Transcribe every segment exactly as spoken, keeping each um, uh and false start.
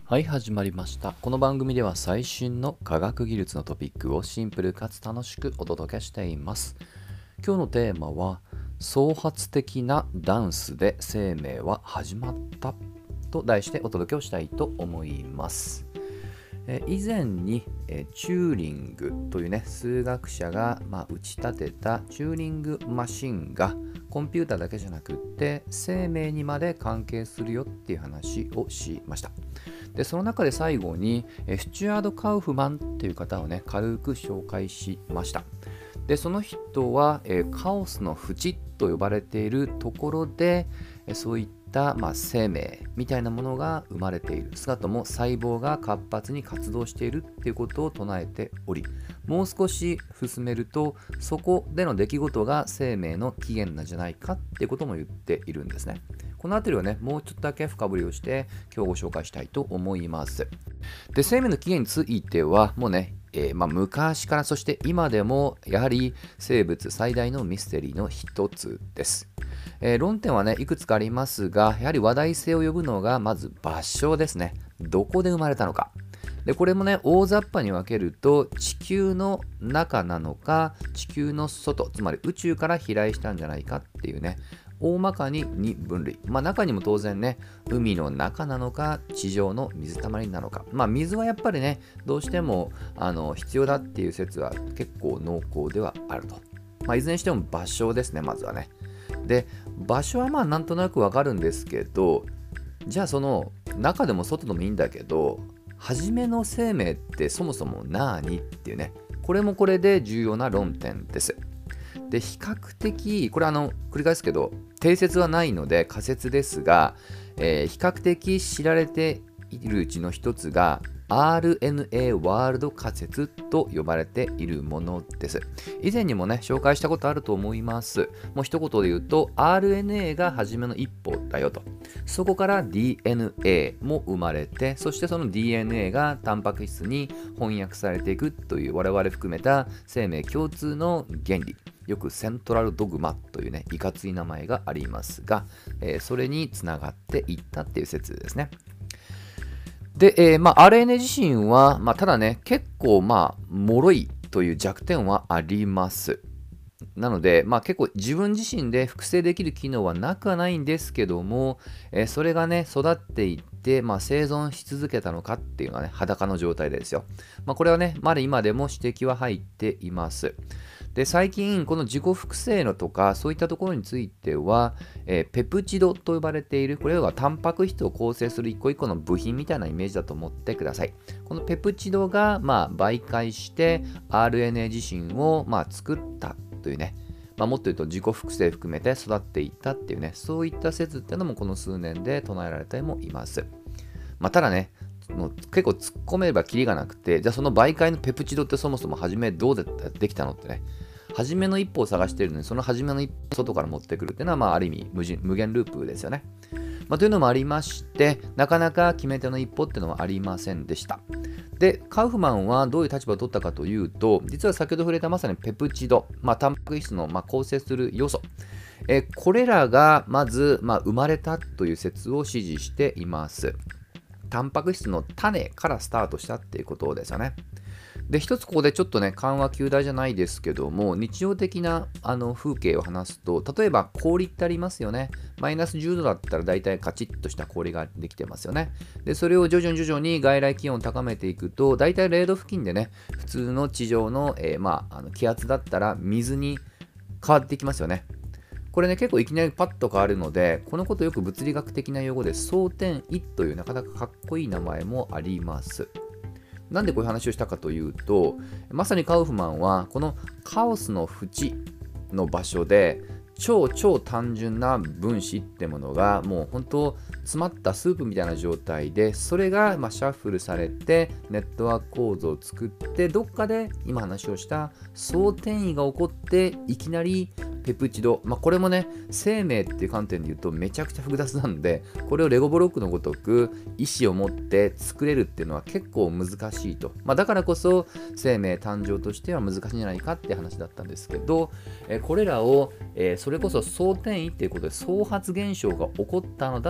はい、始まりました。この番組では最新の科学技術のトピックをシンプルかつ楽しくお届けしています。今日のテーマは、創発的なダンスで生命は始まったと題してお届けをしたいと思います。え以前にえチューリングというね数学者が、まあ、打ち立てたチューリングマシンがコンピューターだけじゃなくって生命にまで関係するよっていう話をしました。でその中で最後にえスチュアード・カウフマンっていう方をね軽く紹介しました。でその人はえカオスの淵と呼ばれているところでえそういった、まあ、生命みたいなものが生まれている、少なくとも細胞が活発に活動しているっていうことを唱えており、もう少し進めるとそこでの出来事が生命の起源なんじゃないかっていうことも言っているんですね。このあたりをねもうちょっとだけ深掘りをして今日ご紹介したいと思います。で生命の起源についてはもうねえーまあ、昔からそして今でもやはり生物最大のミステリーの一つです。えー、論点はねいくつかありますが、やはり話題性を呼ぶのがまず場所ですね。どこで生まれたのか。でこれもね大雑把に分けると地球の中なのか地球の外、つまり宇宙から飛来したんじゃないかっていうね大まかにに分類。まあ中にも当然ね、海の中なのか、地上の水たまりなのか。まあ水はやっぱりね、どうしてもあの必要だっていう説は結構濃厚ではあると。まあいずれにしても場所ですね、まずはね。で、場所はまあなんとなくわかるんですけど、じゃあその中でも外でもいいんだけど、初めの生命ってそもそも何っていうね、これもこれで重要な論点です。で比較的これあの繰り返すけど定説はないので仮説ですが、えー比較的知られているうちの一つが アールエヌエー ワールド仮説と呼ばれているものです。以前にもね紹介したことあると思います。もう一言で言うと アールエヌエー が初めの一歩だよと。そこから ディーエヌエー も生まれて、そしてその ディーエヌエー がタンパク質に翻訳されていくという我々含めた生命共通の原理、よくセントラルドグマというねいかつい名前がありますが、えーそれにつながっていったっていう説ですね。で、えーまあ、アールエヌエー 自身は、まあ、ただね結構まあ脆いという弱点はあります。なので、まあ、結構自分自身で複製できる機能はなくはないんですけども、えーそれがね育っていって、まあ、生存し続けたのかっていうのはね裸の状態ですよ。まあ、これはねまだ今でも指摘は入っています。で最近この自己複製のとかそういったところについては、えーペプチドと呼ばれている、これはタンパク質を構成する一個一個の部品みたいなイメージだと思ってください。このペプチドが、まあ、媒介して アールエヌエー 自身を、まあ、作ったというね、まあ、もっと言うと自己複製含めて育っていったっていうね、そういった説っていうのもこの数年で唱えられてもいます。まあ、ただねもう結構突っ込めればキリがなくて、じゃあその媒介のペプチドってそもそも初めどうでできたのってね、初めの一歩を探しているのにその初めの一歩を外から持ってくるっていうのは、まあ、ある意味無人無限ループですよね。まあ、というのもありまして、なかなか決め手の一歩っていうのはありませんでした。で、カウフマンはどういう立場を取ったかというと、実は先ほど触れたまさにペプチド、まあ、タンパク質の、まあ、構成する要素、えーこれらがまず、まあ、生まれたという説を支持しています。タンパク質の種からスタートしたっていうことですよね。で一つここでちょっとね緩和球大じゃないですけども、日常的なあの風景を話すと、例えば氷ってありますよね。マイナスじゅうどだったら大体カチッとした氷ができてますよね。でそれを徐々に徐々に外来気温を高めていくと、大体れいど付近でね普通の地上の、えーまあ、あの気圧だったら水に変わっていきますよね。これね結構いきなりパッと変わるので、このことよく物理学的な用語で相転位というなかなかかっこいい名前もあります。なんでこういう話をしたかというと、まさにカウフマンはこのカオスの淵の場所で超超単純な分子ってものがもう本当詰まったスープみたいな状態で、それがまあシャッフルされてネットワーク構造を作って、どっかで今話をした相転移が起こっていきなりペプチド、まあ、これもね生命っていう観点で言うとめちゃくちゃ複雑なんで、これをレゴブロックのごとく意思を持って作れるっていうのは結構難しいと、まあ、だからこそ生命誕生としては難しいんじゃないかって話だったんですけど、えこれらを、えーそれこそ相転移っていうことで創発現象が起こったのだっ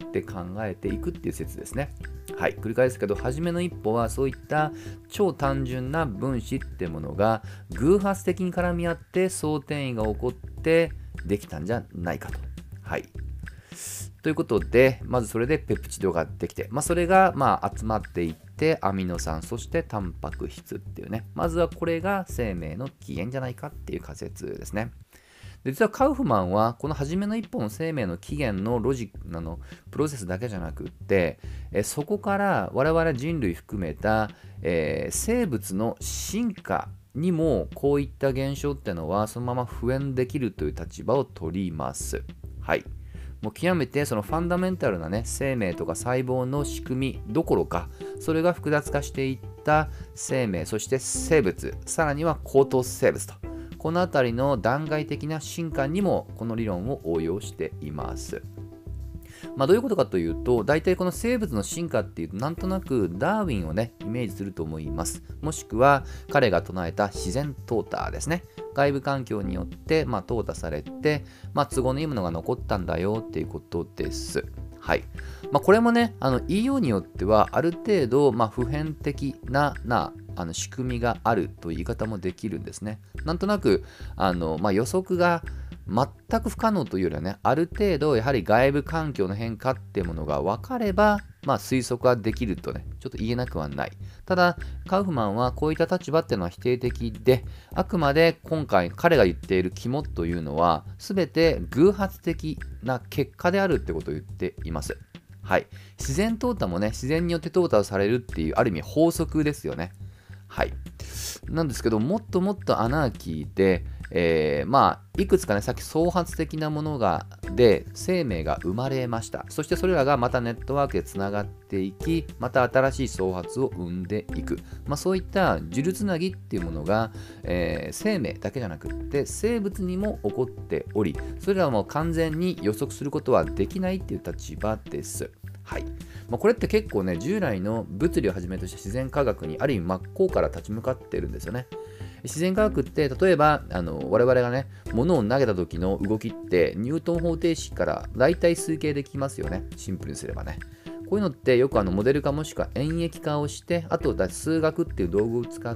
って考えていくっていう説ですね。はい、繰り返すけど、初めの一歩はそういった超単純な分子ってものが偶発的に絡み合って相転移が起こってできたんじゃないかと。はい。ということで、まずそれでペプチドができて、まあ、それがまあ集まっていってアミノ酸、そしてタンパク質っていうね、まずはこれが生命の起源じゃないかっていう仮説ですね。で実はカウフマンはこの初めの一歩の生命の起源のロジックのプロセスだけじゃなくって、えそこから我々人類含めた、えー、生物の進化にもこういった現象ってのはそのまま普遍できるという立場を取ります。はい。もう極めてそのファンダメンタルなね生命とか細胞の仕組みどころか、それが複雑化していった生命、そして生物、さらには高等生物と、このあたりの段階的な進化にもこの理論を応用しています。まあ、どういうことかというと、大体この生物の進化っていうとなんとなくダーウィンをねイメージすると思います。もしくは彼が唱えた自然淘汰ですね。外部環境によって、まあ、淘汰されて、まあ、都合のいいものが残ったんだよっていうことです。はい。まあ、これもね、あの言いようによってはある程度、まあ、普遍的ななあの仕組みがあるという言い方もできるんですね。なんとなくあの、まあ、予測が全く不可能というよりはね、ある程度やはり外部環境の変化っていうものが分かれば、まあ、推測はできるとね、ちょっと言えなくはない。ただ、カウフマンはこういった立場っていうのは否定的で、あくまで今回彼が言っている肝というのは、すべて偶発的な結果であるってことを言っています。はい。自然淘汰もね、自然によって淘汰されるっていう、ある意味法則ですよね。はい。なんですけど、もっともっとアナーキーで、えー、まあいくつかね、さっき創発的なものがで生命が生まれました。そしてそれらがまたネットワークでつながっていき、また新しい創発を生んでいく、まあ、そういった呪術つなぎっていうものが、えー、生命だけじゃなくって生物にも起こっており、それらも完全に予測することはできないっていう立場です。はい。まあ、これって結構ね、従来の物理をはじめとした自然科学にある意味真っ向から立ち向かってるんですよね。自然科学って例えばあの我々がね物を投げた時の動きってニュートン方程式からだいたい推計できますよね。シンプルにすればね。こういうのってよくあのモデル化もしくは演繹化をして、あと数学っていう道具を使って、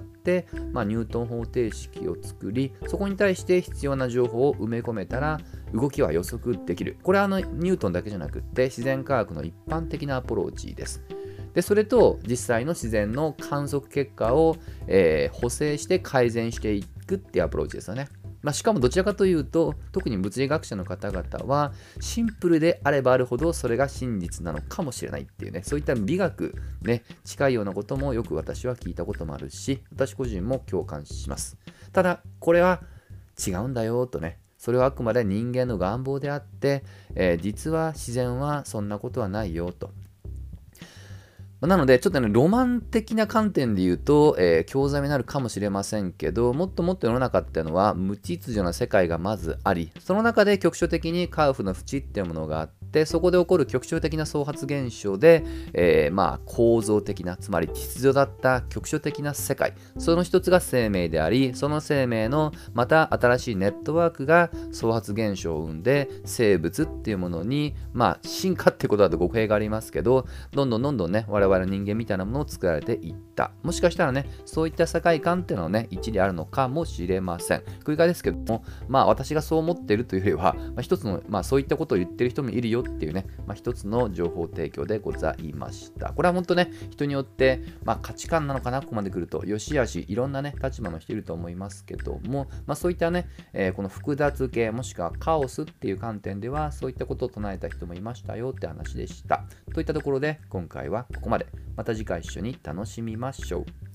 まあ、ニュートン方程式を作り、そこに対して必要な情報を埋め込めたら動きは予測できる。これはあのニュートンだけじゃなくって自然科学の一般的なアプローチです。でそれと実際の自然の観測結果を、えー補正して改善していくっていうアプローチですよね。まあ、しかもどちらかというと、特に物理学者の方々はシンプルであればあるほどそれが真実なのかもしれないっていうね、そういった美学ね近いようなこともよく私は聞いたこともあるし、私個人も共感します。ただこれは違うんだよとね、それはあくまで人間の願望であって、えー実は自然はそんなことはないよと。なので、ちょっとね、ロマン的な観点で言うと、えー、興ざめになるかもしれませんけど、もっともっと世の中っていうのは無秩序な世界がまずあり、その中で局所的にカーフの縁っていうものがあって、そこで起こる局所的な創発現象で、えー、まあ構造的な、つまり秩序だった局所的な世界、その一つが生命であり、その生命のまた新しいネットワークが創発現象を生んで、生物っていうものに、まあ進化ってことだと語弊がありますけど、どんどんどんどんね、我々我々人間みたいなものを作られていった。もしかしたらね、そういった世界観っていうのはね、一理あるのかもしれません。繰り返しですけども、まあ私がそう思っているというよりは、まあ、一つの、まあそういったことを言ってる人もいるよっていうね、まあ一つの情報提供でございました。これは本当ね、人によって、まあ価値観なのかな、ここまで来ると、よしあし、いろんなね、立場の人いると思いますけども、まあそういったね、えー、この複雑系、もしくはカオスっていう観点では、そういったことを唱えた人もいましたよって話でした。といったところで、今回はここまで。また次回一緒に楽しみましょう。